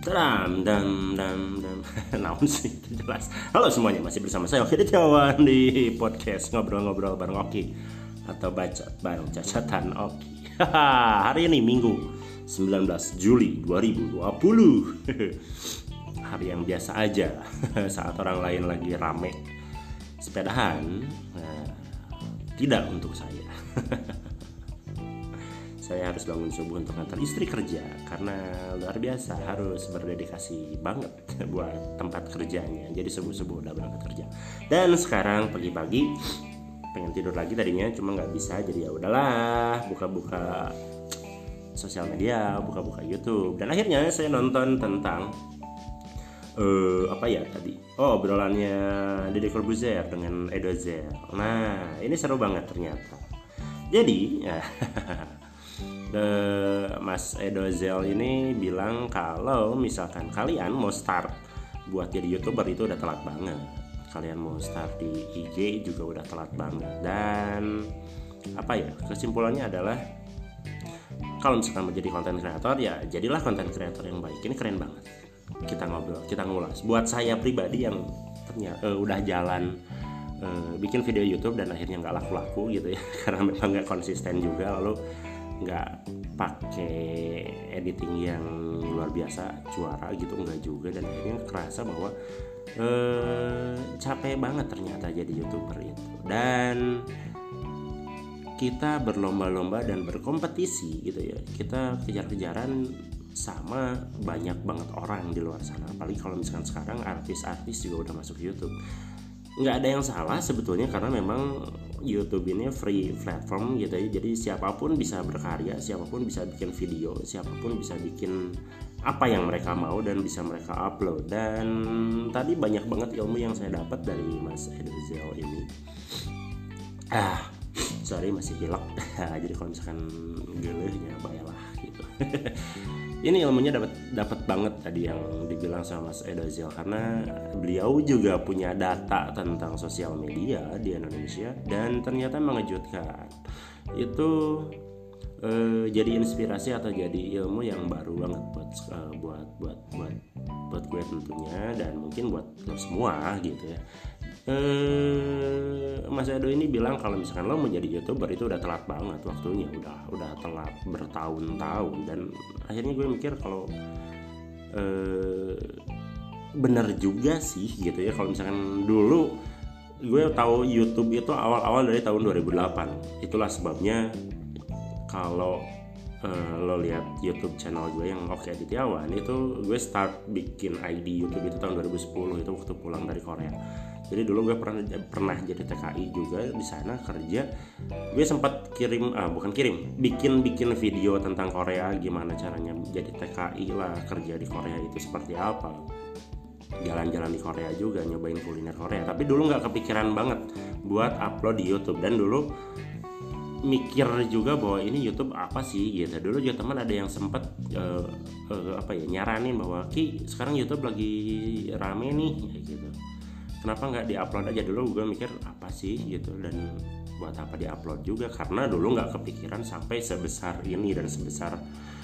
Dam dam dam dam. Naon sih itu jelas. Halo semuanya, masih bersama saya Oki Dityawan di podcast ngobrol-ngobrol bareng Oki atau bacot bareng cacatan Oki. Hari ini Minggu 19 Juli 2020. Hari yang biasa aja saat orang lain lagi rame sepedahan. Tidak untuk saya. Saya harus bangun subuh untuk ngantar istri kerja karena luar biasa harus berdedikasi banget buat tempat kerjanya. Jadi subuh-subuh udah berangkat kerja. Dan sekarang pagi-pagi pengen tidur lagi tadinya, cuma nggak bisa. Jadi ya udahlah, buka-buka sosial media, buka-buka YouTube. Dan akhirnya saya nonton tentang apa ya tadi? Obrolannya Deddy Corbuzier dengan Edozel. Nah, ini seru banget ternyata. Jadi Mas Edozel ini bilang kalau misalkan kalian mau start buat jadi YouTuber itu udah telat banget. Kalian mau start di IG juga udah telat banget. Dan apa ya, kesimpulannya adalah kalau misalkan mau jadi content creator, ya jadilah content creator yang baik. Ini keren banget. Kita ngobrol, kita ngulas. Buat saya pribadi yang ternyata udah jalan bikin video YouTube dan akhirnya nggak laku-laku gitu ya, karena memang nggak konsisten juga, lalu nggak pakai editing yang luar biasa juara gitu, enggak juga, dan akhirnya kerasa bahwa capek banget ternyata jadi YouTuber itu. Dan kita berlomba-lomba dan berkompetisi gitu ya, kita kejar-kejaran sama banyak banget orang di luar sana. Apalagi kalau misalkan sekarang artis-artis juga udah masuk YouTube. Nggak ada yang salah sebetulnya, karena memang YouTube ini free platform gitu ya. Jadi siapapun bisa berkarya, siapapun bisa bikin video, siapapun bisa bikin apa yang mereka mau dan bisa mereka upload. Dan tadi banyak banget ilmu yang saya dapat dari Mas Edozel ini. Sorry masih pilek. Jadi kalau misalkan gelehnya bayalah gitu. Ini ilmunya dapat banget tadi yang dibilang sama Mas Edozel, karena beliau juga punya data tentang sosial media di Indonesia dan ternyata mengejutkan. Itu jadi inspirasi atau jadi ilmu yang baru banget buat gue tentunya, dan mungkin buat lo semua gitu ya. Mas Edo ini bilang kalau misalkan lo mau jadi YouTuber itu udah telat banget waktunya, udah telat bertahun-tahun. Dan akhirnya gue mikir kalau bener juga sih gitu ya. Kalau misalkan dulu gue tahu YouTube itu awal-awal dari tahun 2008. Itulah sebabnya kalau lo lihat YouTube channel gue yang Oki Dityawan itu, gue start bikin ID YouTube itu tahun 2010, itu waktu pulang dari Korea. Jadi dulu gue pernah jadi TKI juga di sana kerja. Gue sempat bikin video tentang Korea, gimana caranya jadi TKI lah, kerja di Korea itu seperti apa, jalan-jalan di Korea juga, nyobain kuliner Korea. Tapi dulu nggak kepikiran banget buat upload di YouTube. Dan dulu mikir juga bahwa ini YouTube apa sih gitu. Dulu juga teman ada yang sempat nyaranin bahwa Ki, sekarang YouTube lagi rame nih gitu, kenapa nggak diupload aja. Dulu gue mikir apa sih gitu, dan buat apa diupload juga, karena dulu nggak kepikiran sampai sebesar ini dan sebesar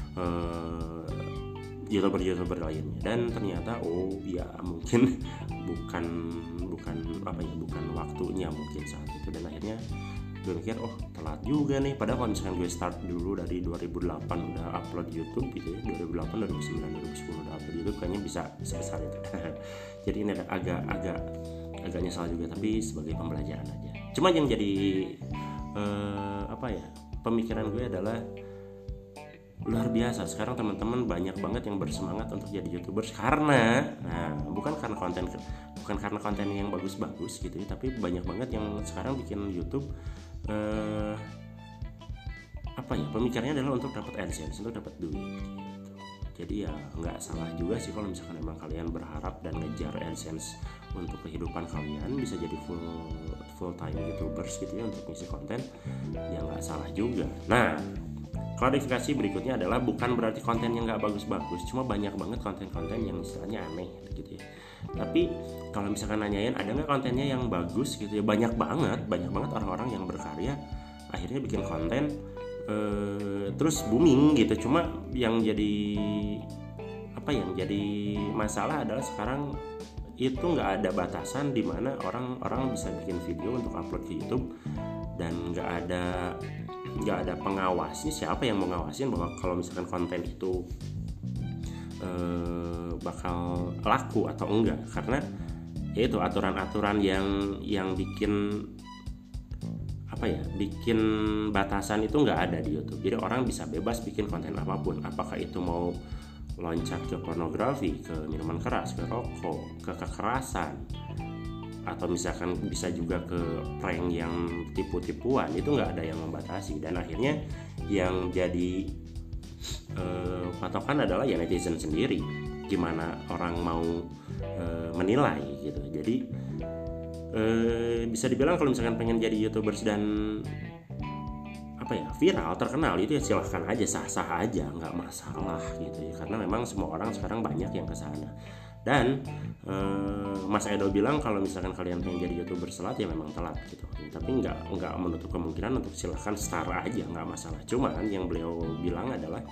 YouTuber lainnya. Dan ternyata mungkin bukan waktunya mungkin saat itu. Dan akhirnya gue mikir telat juga nih, padahal kalau misalkan gue start dulu dari 2008 udah upload YouTube gitu ya, 2008, 2009, 2010 udah upload YouTube, kayaknya bisa sebesar itu. Jadi ini agak nyesal juga, tapi sebagai pembelajaran aja. Cuma yang jadi pemikiran gue adalah luar biasa sekarang teman-teman banyak banget yang bersemangat untuk jadi YouTubers karena bukan karena kontennya yang bagus-bagus gitu ya, tapi banyak banget yang sekarang bikin YouTube pemikirannya adalah untuk dapat AdSense, untuk dapat duit gitu. Jadi ya nggak salah juga sih kalau misalkan memang kalian berharap dan ngejar AdSense untuk kehidupan kalian, bisa jadi full time YouTubers gitu ya untuk ngisi konten, ya nggak salah juga. Nah, klarifikasi berikutnya adalah bukan berarti konten yang nggak bagus-bagus, cuma banyak banget konten-konten yang istilahnya aneh gitu ya. Tapi kalau misalkan nanyain ada nggak kontennya yang bagus gitu ya, banyak banget orang-orang yang berkarya akhirnya bikin konten terus booming gitu. Cuma yang jadi apa yang jadi masalah adalah sekarang itu nggak ada batasan di mana orang bisa bikin video untuk upload ke YouTube dan nggak ada pengawasnya. Siapa yang mengawasin bahwa kalau misalkan konten itu bakal laku atau enggak? Karena yaitu aturan-aturan yang bikin bikin batasan itu nggak ada di YouTube. Jadi orang bisa bebas bikin konten apapun, apakah itu mau loncat ke pornografi, ke minuman keras, ke rokok, ke kekerasan, atau misalkan bisa juga ke prank yang tipu-tipuan, itu nggak ada yang membatasi. Dan akhirnya yang jadi patokan adalah ya netizen sendiri, gimana orang mau menilai gitu. Jadi bisa dibilang kalau misalkan pengen jadi YouTubers dan viral, terkenal, itu ya silahkan aja, sah-sah aja, nggak masalah gitu ya, karena memang semua orang sekarang banyak yang kesana. Dan Mas Edo bilang kalau misalkan kalian pengen jadi YouTuber telat ya memang telat gitu, tapi nggak menutup kemungkinan untuk silahkan start aja, nggak masalah. Cuman yang beliau bilang adalah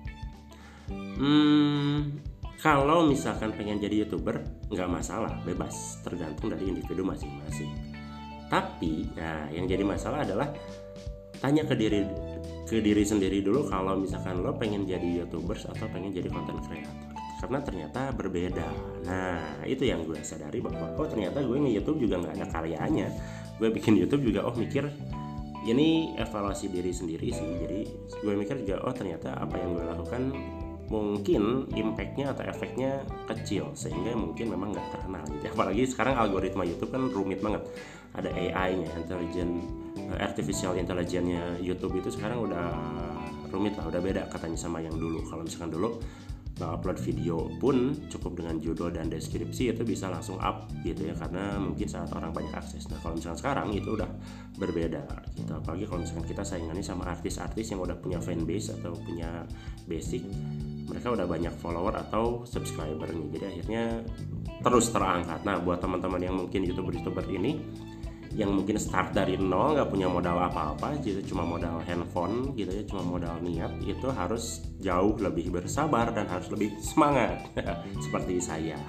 kalau misalkan pengen jadi YouTuber nggak masalah, bebas, tergantung dari individu masing-masing. Tapi yang jadi masalah adalah tanya ke diri sendiri dulu, kalau misalkan lo pengen jadi YouTubers atau pengen jadi content creator, karena ternyata berbeda. Nah itu yang gue sadari, bahwa ternyata gue nge-YouTube juga nggak ada karyanya. Gue bikin YouTube juga mikir ini evaluasi diri sendiri sih. Jadi gue mikir juga ternyata apa yang gue lakukan mungkin impactnya atau efeknya kecil, sehingga mungkin memang nggak terkenal gitu. Apalagi sekarang algoritma YouTube kan rumit banget, ada AI-nya, artificial intelligence-nya YouTube itu sekarang udah rumit lah, udah beda katanya sama yang dulu. Kalau misalkan dulu upload video pun cukup dengan judul dan deskripsi itu bisa langsung up gitu ya, karena mungkin saat orang banyak akses. Nah kalau misalkan sekarang itu udah berbeda gitu, apalagi kalau misalkan kita saingannya sama artis-artis yang udah punya fanbase atau punya basic, mereka udah banyak follower atau subscribernya, jadi akhirnya terus terangkat. Nah buat teman-teman yang mungkin YouTuber ini yang mungkin start dari nol, nggak punya modal apa-apa gitu, cuma modal handphone gitu ya, cuma modal niat, itu harus jauh lebih bersabar dan harus lebih semangat seperti saya.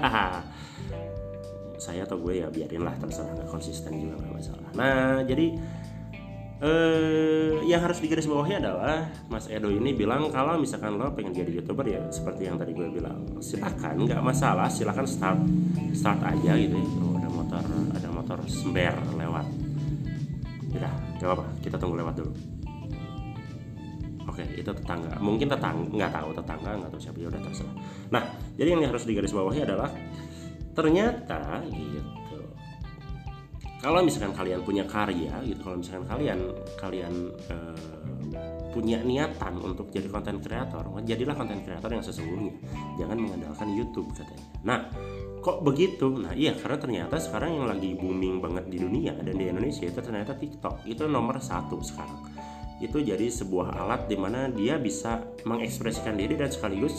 Saya atau gue ya biarin lah, terserah, nggak konsisten juga nggak masalah. Nah jadi yang harus digarisbawahi adalah Mas Edo ini bilang kalau misalkan lo pengen jadi YouTuber ya seperti yang tadi gue bilang, silakan, nggak masalah, silakan start aja gitu ya. Ada motor sember lewat. Udah, gak apa-apa, kita tunggu lewat dulu. Oke, itu tetangga. Mungkin nggak tahu siapa, ya udah terserah. Nah, jadi yang harus digarisbawahi adalah ternyata gitu. Kalau misalkan kalian punya karya gitu, kalau misalkan kalian punya niatan untuk jadi konten kreator, jadilah konten kreator yang sesungguhnya. Jangan mengandalkan YouTube katanya. Nah, kok begitu? Nah iya, karena ternyata sekarang yang lagi booming banget di dunia dan di Indonesia itu ternyata TikTok. Itu nomor 1 sekarang. Itu jadi sebuah alat di mana dia bisa mengekspresikan diri dan sekaligus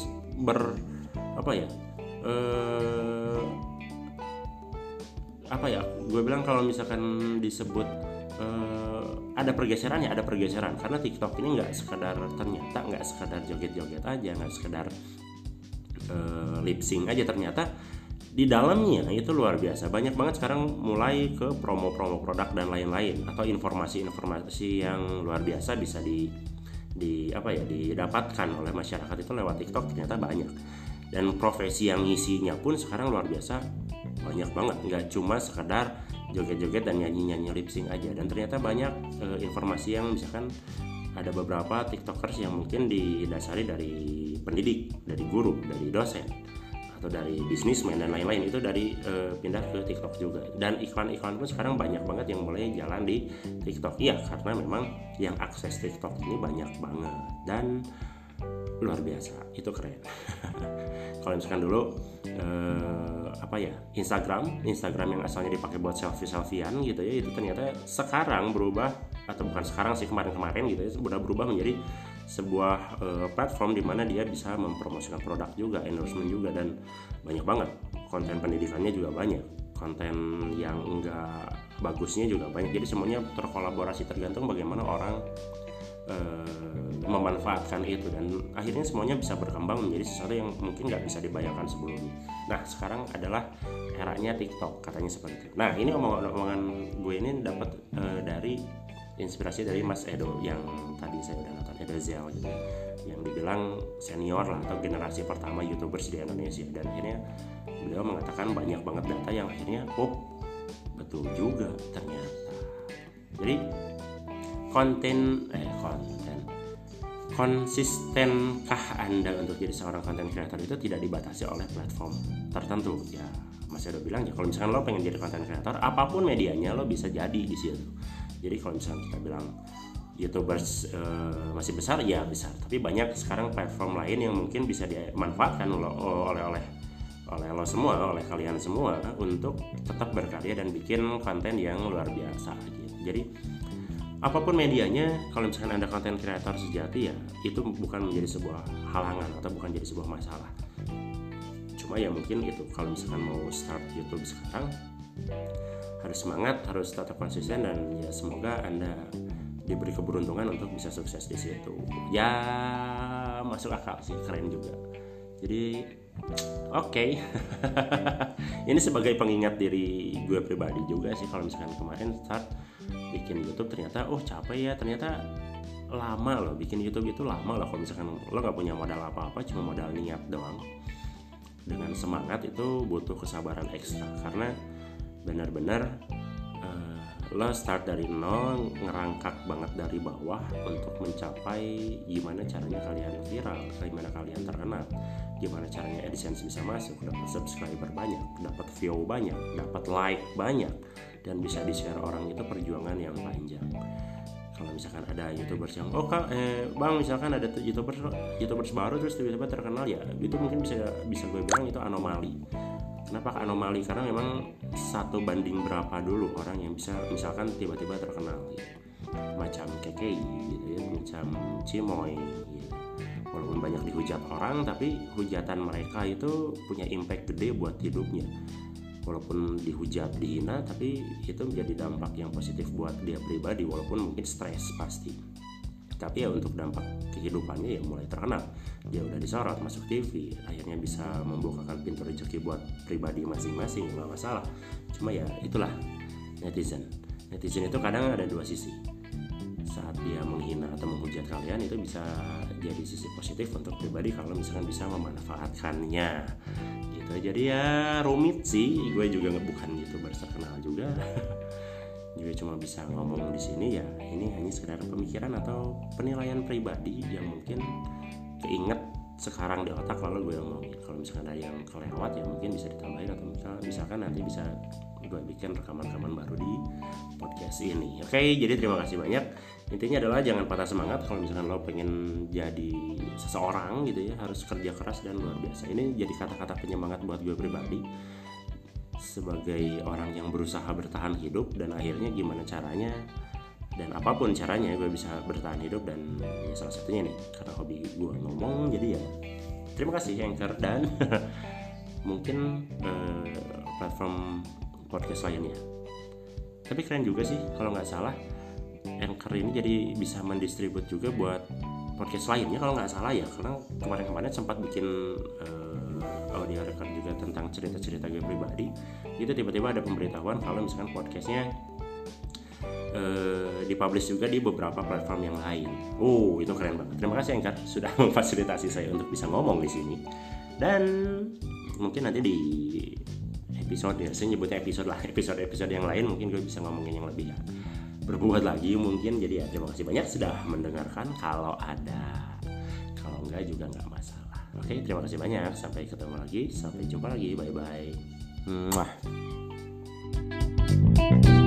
gue bilang kalau misalkan disebut ada pergeseran karena TikTok ini nggak sekedar joget-joget aja, nggak sekedar lip sync aja, ternyata di dalamnya itu luar biasa. Banyak banget sekarang mulai ke promo-promo produk dan lain-lain, atau informasi yang luar biasa bisa didapatkan oleh masyarakat itu lewat TikTok, ternyata banyak. Dan profesi yang ngisinya pun sekarang luar biasa banyak banget, nggak cuma sekedar joget-joget dan nyanyi-nyanyi lip sync aja. Dan ternyata banyak informasi yang misalkan ada beberapa tiktokers yang mungkin didasari dari pendidik, dari guru, dari dosen, atau dari bisnismen dan lain-lain, itu dari pindah ke TikTok juga. Dan iklan-iklan pun sekarang banyak banget yang mulai jalan di TikTok. Iya, karena memang yang akses TikTok ini banyak banget dan luar biasa, itu keren. Kalau misalkan dulu Instagram yang asalnya dipakai buat selfie-selfian gitu ya, itu ternyata sekarang berubah, atau bukan sekarang sih, kemarin-kemarin gitu ya, sudah berubah menjadi sebuah platform di mana dia bisa mempromosikan produk juga, endorsement juga, dan banyak banget konten pendidikannya juga banyak, konten yang enggak bagusnya juga banyak. Jadi semuanya terkolaborasi, tergantung bagaimana orang memanfaatkan itu, dan akhirnya semuanya bisa berkembang menjadi sesuatu yang mungkin nggak bisa dibayangkan sebelumnya. Nah sekarang adalah eranya TikTok katanya seperti itu. Nah ini omongan gue ini dapat dari inspirasi dari Mas Edo yang tadi saya udah nonton, Edo Zel gitu, yang dibilang senior lah atau generasi pertama YouTubers di Indonesia, dan akhirnya beliau mengatakan banyak banget data yang akhirnya betul juga ternyata. Jadi konsistenkah Anda untuk jadi seorang content creator itu tidak dibatasi oleh platform tertentu. Ya Mas Edo bilang ya kalau misalkan lo pengen jadi content creator, apapun medianya lo bisa jadi di situ. Jadi kalau misalkan kita bilang YouTubers masih besar, ya besar, tapi banyak sekarang platform lain yang mungkin bisa dimanfaatkan oleh lo semua, oleh kalian semua untuk tetap berkarya dan bikin konten yang luar biasa gitu. Jadi apapun medianya, kalau misalkan Anda content creator sejati ya itu bukan menjadi sebuah halangan atau bukan jadi sebuah masalah. Cuma ya mungkin itu kalau misalkan mau start YouTube sekarang harus semangat, harus tetap konsisten, dan ya semoga Anda diberi keberuntungan untuk bisa sukses di situ. Ya masuk akal sih, keren juga. Jadi oke. Ini sebagai pengingat diri gue pribadi juga sih, kalau misalkan kemarin start bikin YouTube ternyata capek ya, ternyata lama loh bikin YouTube itu, lama loh. Kalau misalkan lo nggak punya modal apa-apa, cuma modal niat doang dengan semangat, itu butuh kesabaran ekstra, karena benar-benar lo start dari nol, ngerangkak banget dari bawah untuk mencapai gimana caranya kalian viral, gimana kalian terkenal, gimana caranya AdSense bisa masuk, dapat subscriber banyak, dapat view banyak, dapat like banyak, dan bisa di-share orang. Itu perjuangan yang panjang. Kalau misalkan ada YouTubers yang bang misalkan ada YouTubers baru terus tiba-tiba terkenal, ya itu mungkin bisa gue bilang itu anomali. Kenapa anomali? Karena memang 1 banding berapa dulu orang yang bisa misalkan tiba-tiba terkenal gitu. Macam KKI gitu ya, macam Cimoy gitu. Walaupun banyak dihujat orang, tapi hujatan mereka itu punya impact gede buat hidupnya. Walaupun dihujat, dihina, tapi itu menjadi dampak yang positif buat dia pribadi, walaupun mungkin stres pasti. Tapi ya untuk dampak kehidupannya ya mulai terkenal, dia udah disorot, masuk TV, akhirnya bisa membukakan pintu rezeki buat pribadi masing-masing, nggak masalah. Cuma ya itulah netizen itu kadang ada 2 sisi. Saat dia menghina atau menghujat kalian, itu bisa jadi sisi positif untuk pribadi kalau misalkan bisa memanfaatkannya gitu. Jadi ya rumit sih, gue juga bukan YouTuber terkenal juga. Juga cuma bisa ngomong di sini, ya ini hanya sekedar pemikiran atau penilaian pribadi yang mungkin keinget sekarang di otak lalu gue ngomongin. Kalau misalkan ada yang kelewat ya mungkin bisa ditambahin, atau misalkan nanti bisa gue bikin rekaman-rekaman baru di podcast ini. Oke, jadi terima kasih banyak. Intinya adalah jangan patah semangat. Kalau misalkan lo pengen jadi seseorang gitu ya, harus kerja keras dan luar biasa. Ini jadi kata-kata penyemangat buat gue pribadi sebagai orang yang berusaha bertahan hidup, dan akhirnya gimana caranya, dan apapun caranya gue bisa bertahan hidup. Dan ya salah satunya nih karena hobi gue ngomong. Jadi ya terima kasih Anchor dan mungkin platform podcast lainnya. Tapi keren juga sih, kalau nggak salah Anchor ini jadi bisa mendistribut juga buat podcast lainnya kalau nggak salah ya, karena kemarin sempat bikin audio record juga tentang cerita-cerita gue pribadi. Itu tiba-tiba ada pemberitahuan kalau misalkan podcastnya dipublish juga di beberapa platform yang lain. Itu keren banget. Terima kasih Anchor sudah memfasilitasi saya untuk bisa ngomong di sini. Dan mungkin nanti di episode, ya saya nyebutnya episode yang lain mungkin gue bisa ngomongin yang lebih berbuat lagi mungkin. Jadi ya terima kasih banyak sudah mendengarkan. Kalau ada, kalau enggak juga nggak masalah. Oke, terima kasih banyak. Sampai ketemu lagi, sampai jumpa lagi. Bye bye.